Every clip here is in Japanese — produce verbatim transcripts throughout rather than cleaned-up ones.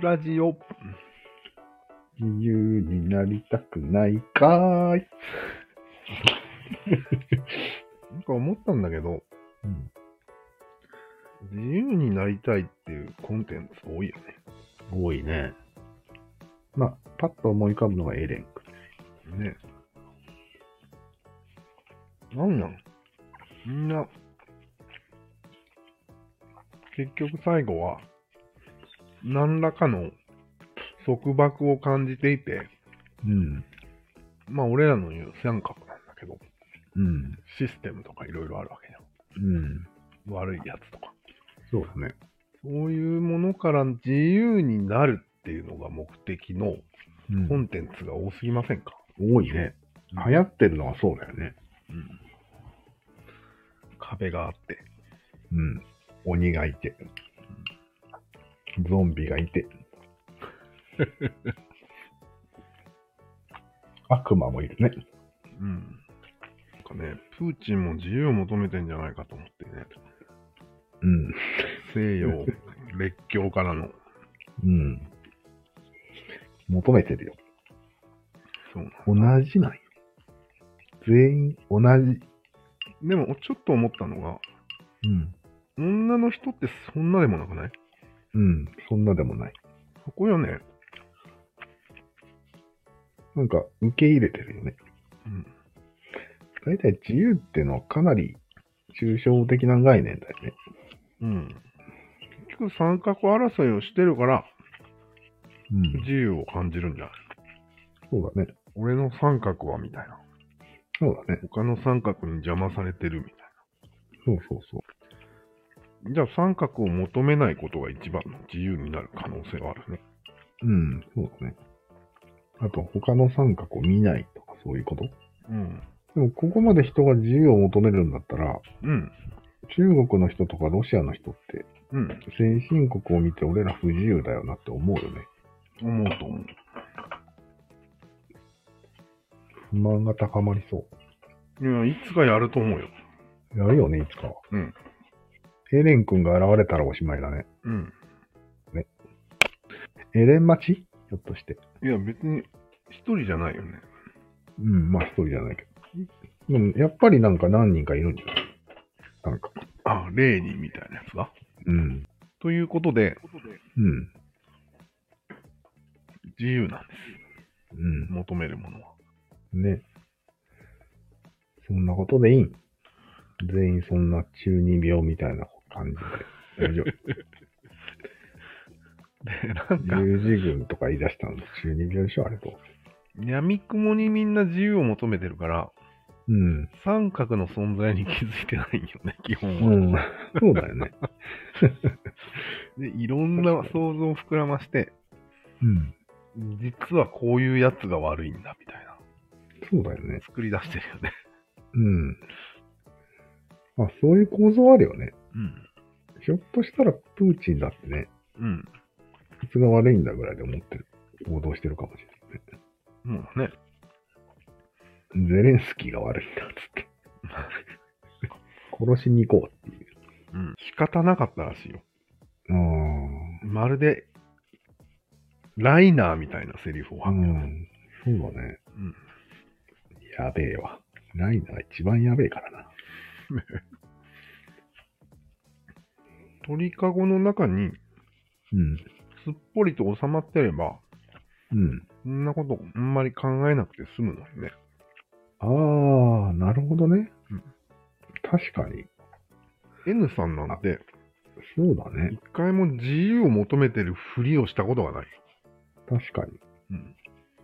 ラジオ。 自由になりたくないかーい。 なんか思ったんだけど、 うん、 自由になりたいっていうコンテンツ多いよね。 多いね。まあ、パッと思い浮かぶのがエレン君。 ね。なんなんみんな、結局最後は、何らかの束縛を感じていて、 うん。 まあ俺らの言う三角なんだけど、 うん。 システムとかいろいろあるわけじゃうん。 ん。悪いやつとか。 そうだね。 そういうものから自由になるっていうのが目的のうんコンテンツが多すぎませんか？ 多いね。流行ってるのはそうだよね。 うん。壁があって、 うん。鬼がいて、ゾンビがいて、悪魔もいるね。 うん。なんかね、プーチンも自由を求めてんじゃないかと思ってね。 うん。 西洋列強からの。 うん。求めてるよ。 そうな同じなんよ。全員同じ。 でも、ちょっと思ったのが、 うん。 女の人ってそんなでもなくない？ うん。そんなでもない。 そこよね。 なんか、受け入れてるよね。 うん。 大体自由っていうのはかなり抽象的な概念だよね。 うん。結局三角争いをしてるから、 うん自由を感じるんじゃない？ そうだね。 俺の三角はみたいな。 そうだね。 他の三角に邪魔されてるみたいそうそうそう。 な。じゃあ三角を求めないことが一番の自由になる可能性はあるね。 うん、そうだね。あと、他の三角を見ないとかそういうことうん。 でも、ここまで人が自由を求めるんだったら、 うん。 中国の人とかロシアの人って、 うん。 先進国を見て俺ら不自由だよなって思うよね。 思うと思う。 不満が高まりそいや、いつかやると思うよ。 う。やるよね、いつかは。 うん。 エレン君が現れたらおしまいだね。 うん。 エレン待ちひょっとして。 いや、別に一人じゃないよね。 うん、まあ一人じゃないけど。でも、やっぱりなんか何人かいるんじゃないなんか。 あ、霊人みたいなやつが。 うん。 ということで、 うん。 自由なんです。 うん。 求めるものは。 ね。そんなことでいいん全員そんな中二病みたいな感じで。大丈夫。 で、なんか、 十字軍とか言い出したの中二病でしょあれと。 闇雲にみんな自由を求めてるから、 うん。 三角の存在に気づいてないんよね、基本は。 うん。そうだよね。 で、いろんな想像を膨らまして、 うん。 実はこういうやつが悪いんだ、みたいな。 そうだよね。 作り出してるよね。 うん。あ、そういう構造あるよね。 うん。 ひょっとしたらプーチンだってね、 うん。 いつが悪いんだぐらいで思ってる。行動してるかもしれないね。 もうね。 ゼレンスキーが悪いんだっつって。殺しに行こうっていう。 うん。仕方なかったらしいよ。 ああ。 まるで、ライナーみたいなセリフをう吐くよね。 ん。そうだね。 うん。 やべえわ。ライナー一番やべえからな。 鳥かごの中にうん。 すっぽりと収まってれば、 うん。 そんなことあんまり考えなくて済むのにね。 ああ、なるほどね。 うん確かに。 N さんなんて、 そうだね一。回も自由を求めてるふりをしたことがないよ。 確かに。 うん。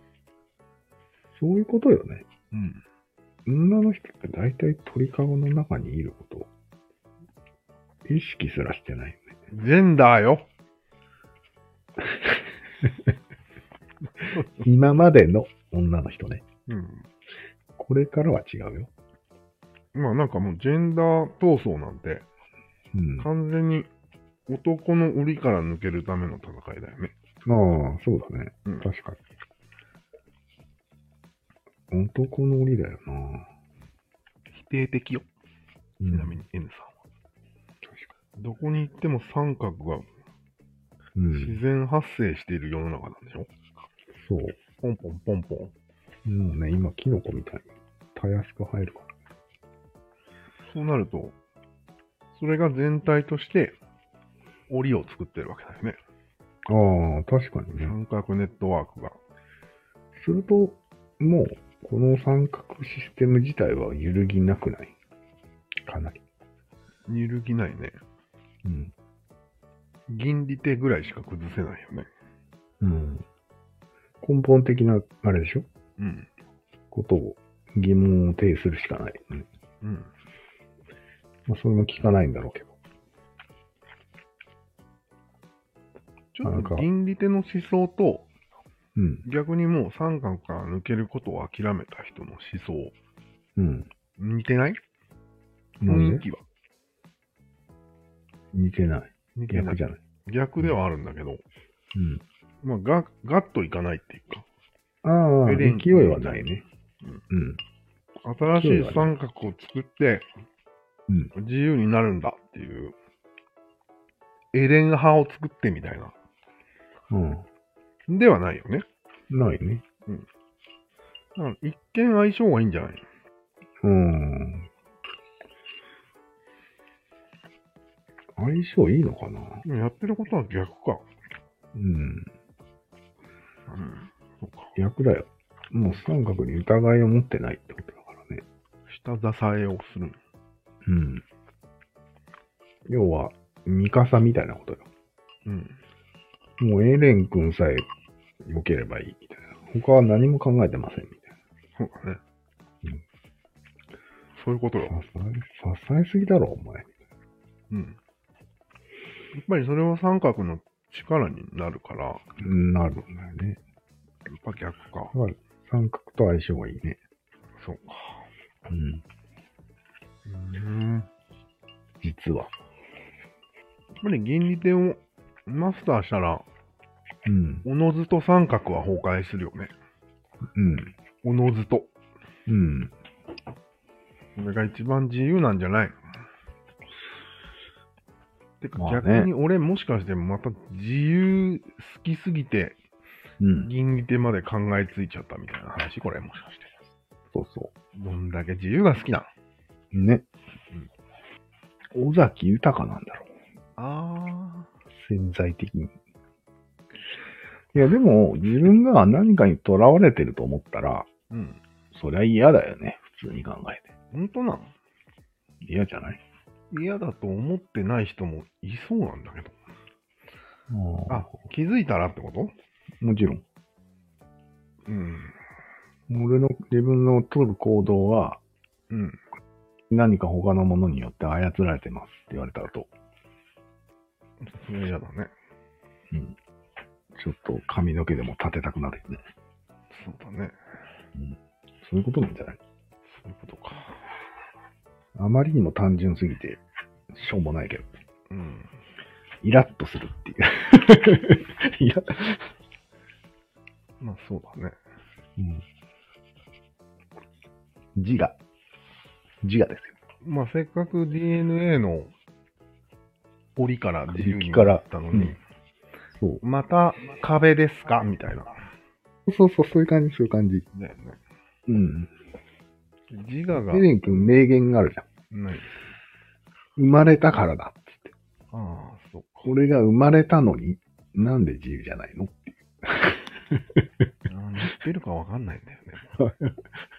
そういうことよね。 うん。 女の人って大体鳥かごの中にいることを意識すらしてないよね。 ジェンダーよ。 今までの女の人ね。 うん。 これからは違うよ。 まあなんかもうジェンダー闘争なんて、 うん。あ完全に男の檻から抜けるための戦いだよね。 あ、そうだね。 うん確かに。男の檻だよな。 否定的よ。 うん、 ちなみに N さんは。 確かどこに行っても三角がに。 自然発生している世の中なんでしょ？ そう。 ポンポンポンポン。 もうね、今、キノコみたいに、たやすく生えるから。 そうなると、それが全体として、檻を作ってるわけだよね。 ああ、確かにね。 三角ネットワークが。 すると、もう、この三角システム自体は揺るぎなくない？かなり。 揺るぎないね。 うん。 銀利手ぐらいしか崩せないよね。 うん。根本的な、あれでしょ？ うん。 ことを、疑問を呈するしかないよね。 うん。 まあ、それも聞かないんだろうけど。 ちょっと銀利手の思想と、 うん。 逆にもう三角から抜けることを諦めた人の思想、 うん。 似てない？ なんで雰囲気は。 似てない。 似てない。 逆じゃない。 逆ではあるんだけど、 うん。 まあ、ガガッといかないっていうか。 ああ、 エレン勢いはないね。 うん。 うん。 新しい三角を作って、 うん。 自由になるんだっていう、エレン派を作ってみたいな。 うん。 ではないよね。 ないね。 うん。だから一見相性がいいんじゃない？ うん。相性いいのかな？ でもやってることは逆か。 うん。 うん。そうか。 逆だよ。もう三角に疑いを持ってないってことだからね。 下支えをする。 うん。要は、ミカサみたいなことよ。 うん。 もうエレン君さえ良ければいいみたいな。他は何も考えてませんみたいそうだね。 うん。 そういうことよ。 支え、支えすぎだろ、お前。 うん。やっぱりそれは三角の力になるから。 なるんだよね。 やっぱ逆か。 だから三角と相性がいいね。 そうか。 うん。 うん。 実は。 やっぱり銀利手をマスターしたら、 うん。 おのずと三角は崩壊するよね。 うん。 おのずと。 うん。 それが一番自由なんじゃない？てか、 まあね、 逆に俺もしかしてまた自由好きすぎて、 うん。 銀利手まで考えついちゃったみたいな話？これもしかして。 そうそどんだけ自由が好きなう。ね。うん。尾崎豊なんだろう。 あ潜在的に。いや、でも、自分が何かに囚われてると思ったら、 ー。うん。 そりゃ嫌だよね。普通に考えて。 本当なの？ 嫌じゃない？ 嫌だと思ってない人もいそうなんだけど。 ああ、気づいたらってこと？ もちろん。 うん。 俺の自分の取る行動は、 うん。 何か他のものによって操られてますって言われたらと。 それ嫌だね。 うん。ちょっと髪の毛でも立てたくなるよね。 そうだね。 うん。そういうことなんじゃない？ そういうことか。 あまりにも単純すぎて、しょうもないけど。 うん。 イラッとするっていう。いや。 まあそうだね。 うん。自我。自我ですよ。 まあせっかく ディーエヌエー の檻から自由にからなったのに、 うんそう。 また壁ですかみたいな。 そうそう、そういう感じ、そういう感じ。 だよね。 うん。 自我がエレン君名言があるじゃん。 ない。 生まれたからだっつって。 ああ、そうか。 俺が生まれたのに、なんで自由じゃないのっていう。 あ言ってるかわかんないんだよね。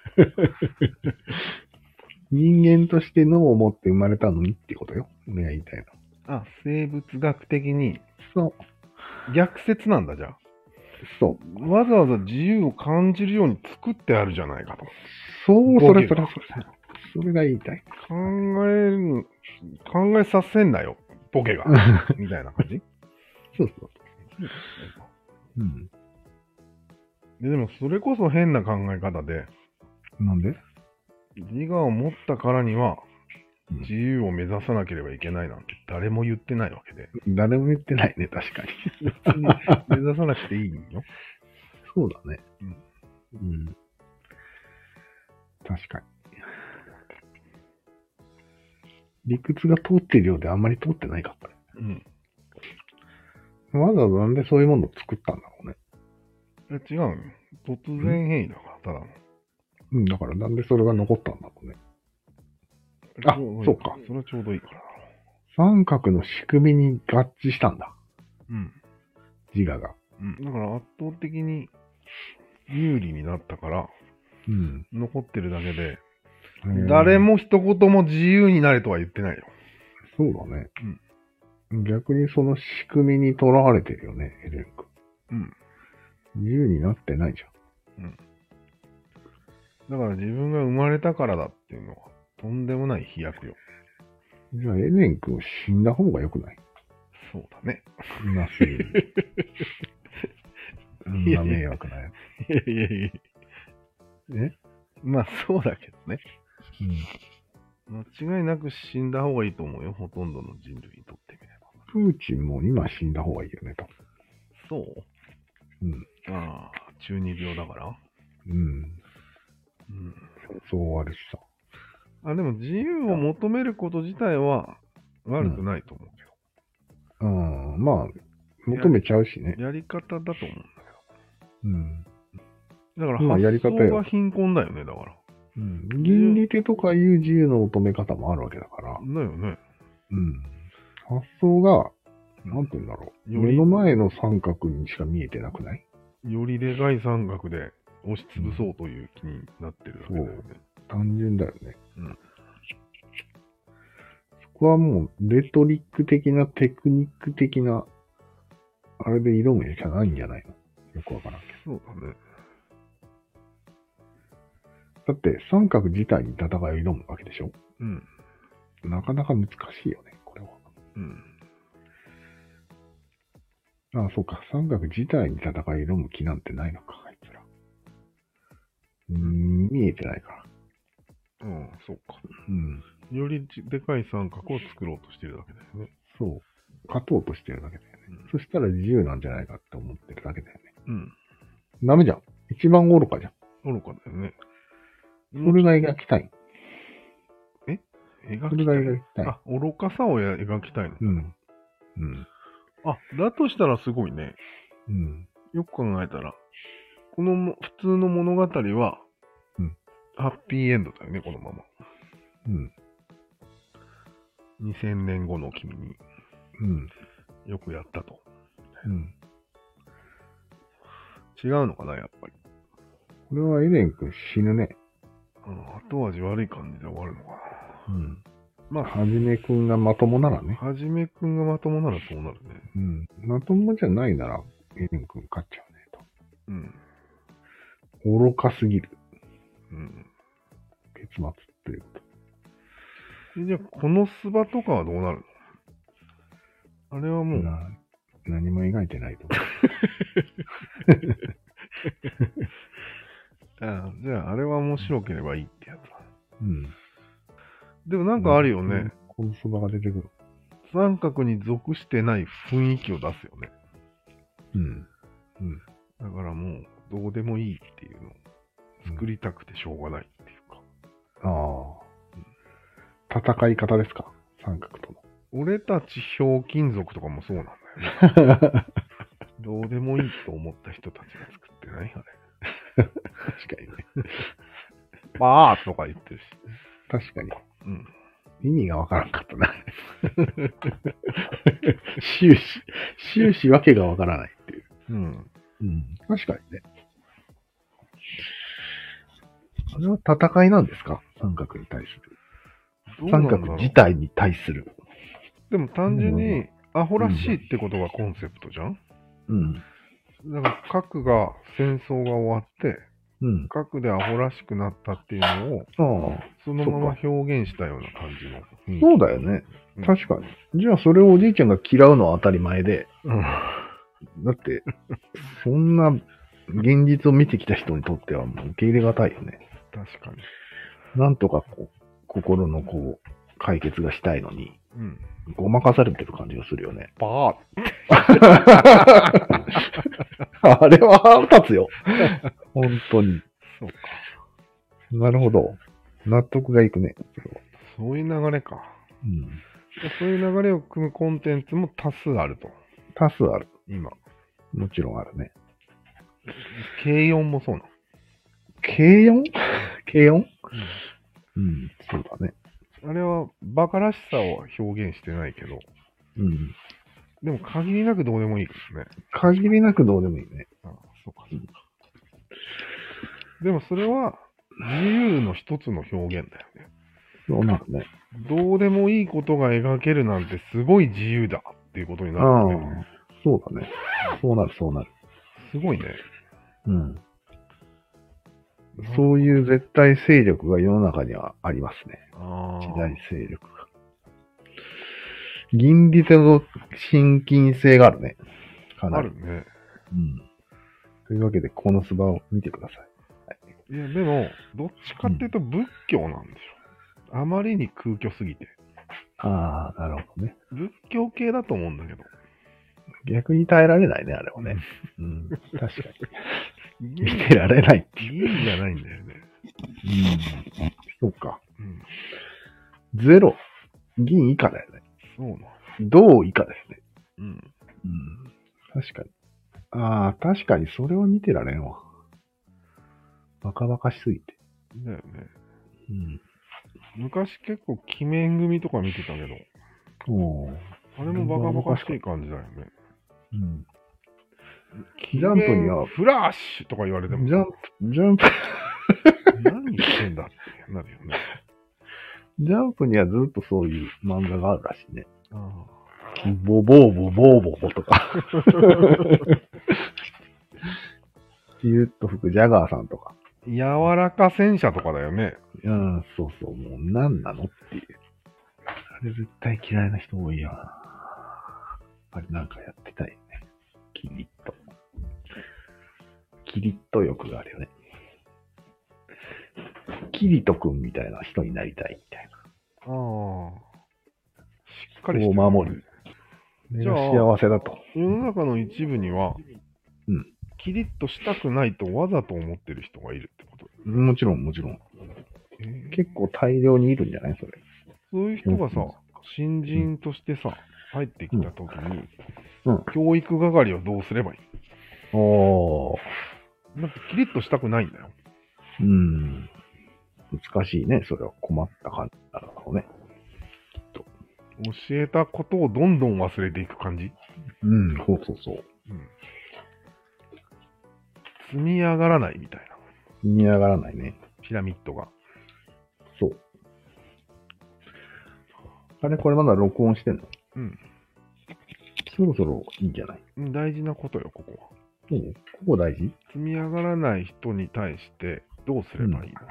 人間として脳を持って生まれたのにってことよ。俺が言いたいの。 あ、生物学的にそう。 逆説なんだ、じゃあ。 そう。 わざわざ自由を感じるように作ってあるじゃないかと。 そう、そ語義がれそれそれ。それが言いたい。 考える、考えさせんなよ、ボケが。みたいな感じ？ そうそう。うん。 ででも、それこそ変な考え方で、 なんで？ 自我を持ったからには、 うん自由を目指さなければいけないなんて誰も言ってないわけで。 誰も言ってないね、確かに。 別に目指さなくていいよ。 そうだね。 うん。 うん。確かに。理屈が通ってるようであんまり通ってないかったね。 うん。 わざわざなんでそういうものを作ったんだろうね。 え、違うよ。突然変異だから、ただの。 うん、だからなんでそれが残ったんだろうね。あそうか。 それはちょうどいいからだろ三角の仕組みに合致したんだ。 う。うん。 自我が。 うん。だから圧倒的に有利になったから、 うん。 残ってるだけで、 へー誰も一言も自由になれとは言ってないよ。 そうだね。逆にその仕組みにとらわれてるよね、エレン君。 うん。 自由になってないじだから自分が生まれたからだっていうのは、とんでもない飛躍よ。 ゃん。じゃあエレン君を死んだ方が良くない？ そうだね。 そんなすぐ。そんな迷惑なやいやいやいや。 つ。えまあそうだけどね。 うん。 間違いなく死んだ方がいいと思うよ。ほとんどの人類にとってみれば。 プーチンも今死んだ方がいいよね、と。 そううん。 ああ、中二病だからうん。 うん。 そう終わるしさ。 あ、でも自由を求めること自体は悪くないと思うけうん。まあ、求めちゃうしね。 ど。やり方だと思うんだけうん。 ど。だからまあやり方よ発想が貧困だよね、だから。 うん。倫理手とかいう自由の求め方もあるわけだから。 だよね。 うん。発想が、 うんなんて言うんだろう。 より目の前の三角にしか見えてなくない？ よりでかい三角で押しつぶそうという気になってるだけだよね。 単純だよね。 うん。 そこはもう、レトリック的な、テクニック的な、あれで挑むしかないんじゃないの？よくわからんけそうだね。 ど。だって、三角自体に戦いを挑むわけでしょ？ うん。 なかなか難しいよね、これは。 うん。 ああ、そうか。三角自体に戦いを挑む気なんてないのか、あいつら。うーん、見えてないから。 うん、そうか。 うん。 よりでかい三角を作ろうとしてるだけだよね。 そう。勝とうとしてるだけだよね。 うん。 そしたら自由なんじゃないかって思ってるだけだよね。 うん。 ダメじゃん。一番愚かじゃん。 愚かだよね。 それが描きたい。それが描きたい。 描きたい。 あ、愚かさをや描きたいの。 うん。うん。 あ、だとしたらすごいね。 うん。 よく考えたら、このも普通の物語は、 うんハッピーエンドだよね、このまま。 うん。 にせんねんごの君にうん。 よくやったと。 うん。 違うのかな、やっぱり。 これはエレン君死ぬね。 うん、後味悪い感じで終わるのかな。 うん。 まあ、 はじめ君がまともならね。 はじめくんがまともならそうなるね。 うん。まともじゃないなら、エレン君勝っちゃうね、と。 うん。 愚かすぎる。 うん。 結末っていうと。 えじゃあ、このスバとかはどうなるの？あれはもう、 な何も描いてないと思あじゃあ、あれは面白ければいいってやつだ。 う。うん。 でもなんかあるよね。 このそばが出てくる。 三角に属してない雰囲気を出すよね。 うん。うん。 だからもう、どうでもいいっていうのを作りたくてしょうがないっていうか。 ああ。戦い方ですか？三角との。 俺たちひょうきん族とかもそうなんだよね。どうでもいいと思った人たちが作ってないあれ。 確かにね。 バーとか言ってるし。 確かに。 うん。 意味がわからんかったな。終始、終始わけがわからないっていう。 うん。 うん。確かにね。あれは戦いなんですか？三角に対する。三どうなんだろう角自体に対する。 でも単純にアホらしいってことがコンセプトじゃん？ うん。 だから核が、戦争が終わって、 うん。 核でアホらしくなったっていうのを、 ああ。 そのまま表現したような感じの雰囲気。 そうだよね。 うん確かに。じゃあそれをおじいちゃんが嫌うのは当たり前で。 うん。 だって、そんな現実を見てきた人にとってはもう受け入れがたいよね。 確かに。 なんとかこう、心のこう、解決がしたいのに、 うん。 ごまかされてる感じがするよね。 バあれは腹立つよ。本当に。 そうか。 なるほど。納得がいくね。 そういう流れか。 うん。 そういう流れを組むコンテンツも多数あると。 多数ある。 今。 もちろんあるね。 軽音もそうなの。 軽音軽音うん、そうだね。 あれはバカらしさを表現してないけど、 うん。 でも限りなくどうでもいいですね。 限りなくどうでもいいね。 ああ、そうか、そうか。でもそれは自由の一つの表現だよね。 そうなるね。 どうでもいいことが描けるなんてすごい自由だっていうことになあるよね。 あ、そうだね。そうなる、そうなる。 すごいね。 うん。そういう絶対勢力が世の中にはありますね。 あ時代勢力が。銀利との親近性があるね。かあ、 なり。 あるね。 うん。というわけで、このスバを見てください。 いや、でも、どっちかっていうと仏教なんでしょ。あまりに空虚すぎて。 ああ、なるほどね。 仏教系だと思うんだけど。 逆に耐えられないね、あれはね。うん。確かに。見てられないっていう。 銀じゃないんだよね。 うん。そうか。 うん。 ゼロ。銀以下だよね。 そうなの。 銅以下だよね。 うん。 うん。確かに。ああ、確かにそれは見てられんわ。バカバカしすぎて。 だよね。 うん。 昔結構鬼面組とか見てたけど、 おーあれもバカバカしい感じだよね。 うん。ジャンプには、 フラッシュとか言われても、 ジャンプ、ジャンプ、 何言ってんだってなるよね。 ジャンプにはずっとそういう漫画があるらしいね。 あボボーボボーボボとか。ピュッと吹くジャガーさんとか。 柔らか戦車とかだよね。 うん、そうそう、もう何なのっていう。あれ絶対嫌いな人多いよな。やっぱりなんかやってたいよね。キリッと。キリッと欲があるよね。キリトくんみたいな人になりたいみたいな。 ああ。しっかりしてこうる、 守る。 じゃあ幸せだと。 世の中の一部には、 うん。 キリッとしたくないとわざと思ってる人がいるってこと。 もちろん、もちろん。 えー結構大量にいるんじゃないそれ。 そういう人がさうん、 新人としてさ、入ってきたときに、 うん。 教育係はどうすればいい？ おー。 だってキリッとしたくないんだよ。 うん。難しいね。それは困った感じだろうね。 教えたことをどんどん忘れていく感じ。 うん、そうそうそう。 うん。積み上がらないみたいな。 見上がらないね。 ピラミッドが。 そう。あれ、これまだ録音してんの？ うん。 そろそろいいんじゃない？ 大事なことよ、ここは。 うん。ここ大事？ 積み上がらない人に対してどうすればいい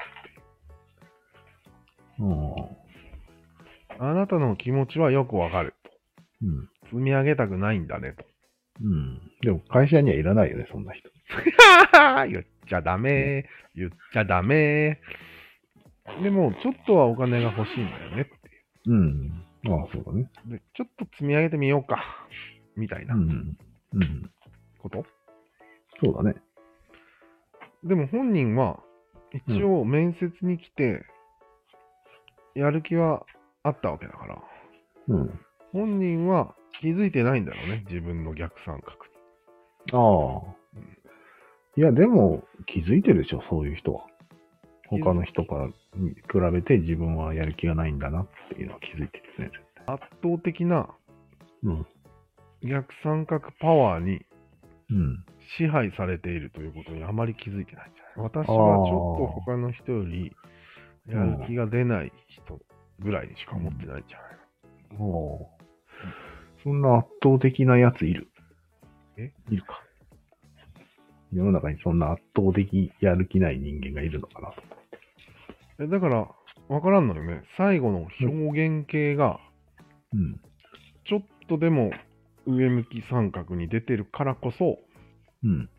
の？ うん。 あなたの気持ちはよくわかると。 うん。 積み上げたくないんだねと。 うん。でも会社にはいらないよね、そんな人。 言っちゃダメ。言っちゃダメ。でも、ちょっとはお金が欲しいんだよねっていう。 うん。ああ、そうだね。 で、ちょっと積み上げてみようか。みたいなうん。うん。 こと。 そうだね。 でも本人は、一応面接に来て、やる気はあったわけだから、 うん。 本人は気づいてないんだろうね。自分の逆三角に。 ああ。いや、でも、気づいてるでしょ、そういう人は。他の人からに比べて自分はやる気がないんだなっていうのは気づいてるね、絶対。 圧倒的なうん。 逆三角パワーにうん。 支配されているということにあまり気づいてないんじゃない？私はちょっと他の人よりやる気が出ない人ぐらいにしか思ってないんじゃないの？ おーそんな圧倒的なやついる？ えいるか。世の中にそんな圧倒的やる気ない人間がいるのかなと。 えだから、わからんのよね。最後の表現系が、 うん。 ちょっとでも上向き三角に出てるからこそ、 うん。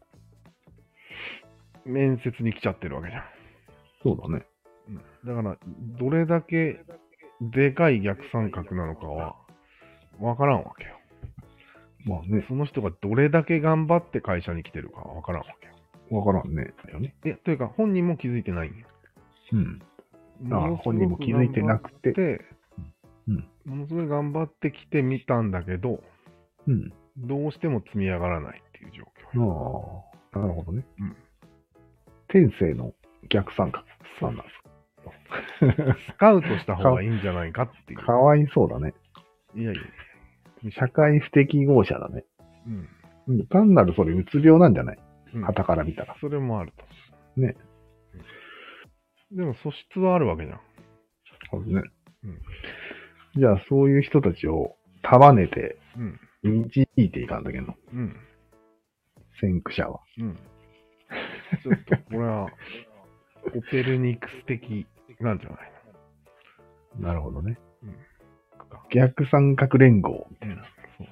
面接に来ちゃってるわけじゃん。 そうだね。 だから、どれだけでかい逆三角なのかは、わからんわけよ。 まあね、 その人がどれだけ頑張って会社に来てるかはわからんわけよ。 わからんね。だよね。 え、というか、本人も気づいてないんよ。 うん。ああものすごく本人も気づいてなくて頑張ってうん。 ものすごい頑張ってきてみたんだけど、 うん。 どうしても積み上がらないっていう状況。 ああ、なるほどね。 うん。 天性の逆三角さんなんですスカウトした方がいいんじゃないかっていう。 か。かわいそうだね。 いやいやいや。 社会不適合者だね。 うん。 うん。単なるそれうつ病なんじゃない？ うん、 傍から見たら。 それもあると。 ね。 うん、でも素質はあるわけじゃん。 そうですね。 うん。 じゃあそういう人たちを束ねて、 うん。 導いていかんだけど、 うん。 先駆者は。 うん。ちょっと、これは、コペルニクス的なんじゃないの。なるほどね。 うん。 逆三角連合みたいな。 そう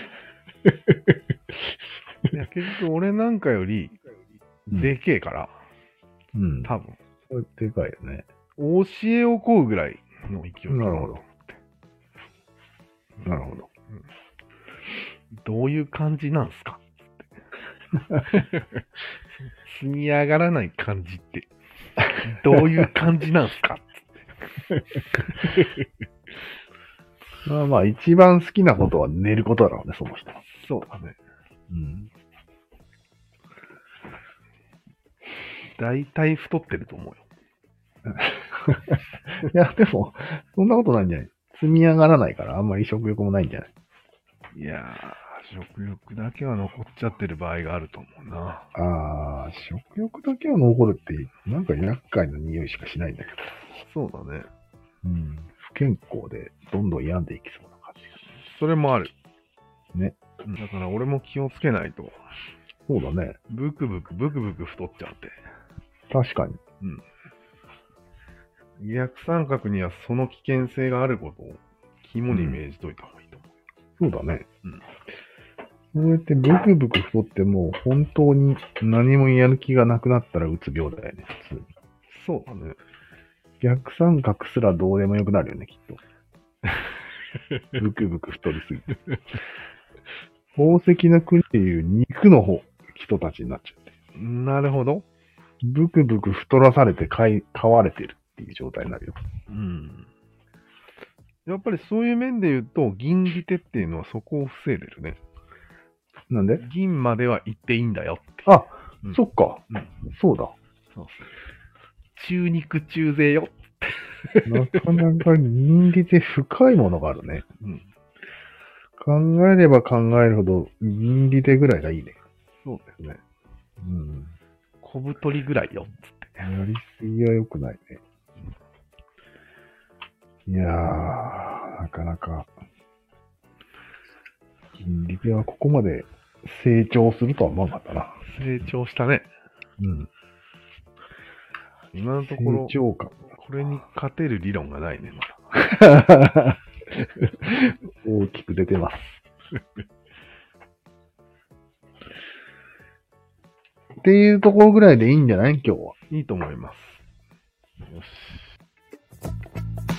。いや、結局俺なんかより、でけえから、 うん。 多分。 それでかいよね。 教えをこうぐらいの勢い。 なるほど。なるほど。 うん、どういう感じなんすか積み上がらない感じって、どういう感じなんすかまあまあ、一番好きなことは寝ることだろうね、その人は。 そうだね。 うん。 大体太ってると思うよ。 いや、でも、そんなことないんじゃない？積み上がらないからあんまり食欲もないんじゃない？ いやー、食欲だけは残っちゃってる場合があると思うな。 ああ、食欲だけは残るって、なんか厄介な匂いしかしないんだけそうだね。 ど。うん。不健康でどんどん病んでいきそうな感じそれもある。 ね。 うんだから俺も気をつけないと、 そうだね。 ブクブクブクブク太っちゃって。 確かに。 うん。逆三角にはその危険性があることを肝に銘じといた方がいいと思う。 そうだね。 うん。 そうやってブクブク太っても本当に何もやる気がなくなったらうつ病だよね、普通に。 そうだね。 逆三角すらどうでもよくなるよね、きっと。ブクブク太りすぎて。宝石の国っていう肉の方、人たちになっちゃって。 なるほど。 ブクブク太らされて飼い、飼われてるっていう状態になるよ。 うん。やっぱりそういう面で言うと、銀利手っていうのはそこを防いでるね。 なんで？ 銀までは行っていいんだよって。 あ、 うん、 そっか、 うん。 そうだ。 そうそう。中肉中背よ。 なかなか銀利手深いものがあるね。 うん。 考えれば考えるほど銀利手ぐらいがいいね。 そうですね。 うん。 小太りぐらいよ。つって。 やりすぎは良くないね。いやー、なかなか、銀利手はここまで成長するとは思わなかったな。 成長したね。 うん。 今のところ、 成長感。 これに勝てる理論がないね、まだ。 大きく出てます。っていうところぐらいでいいんじゃない？今日は。 いいと思います。よし。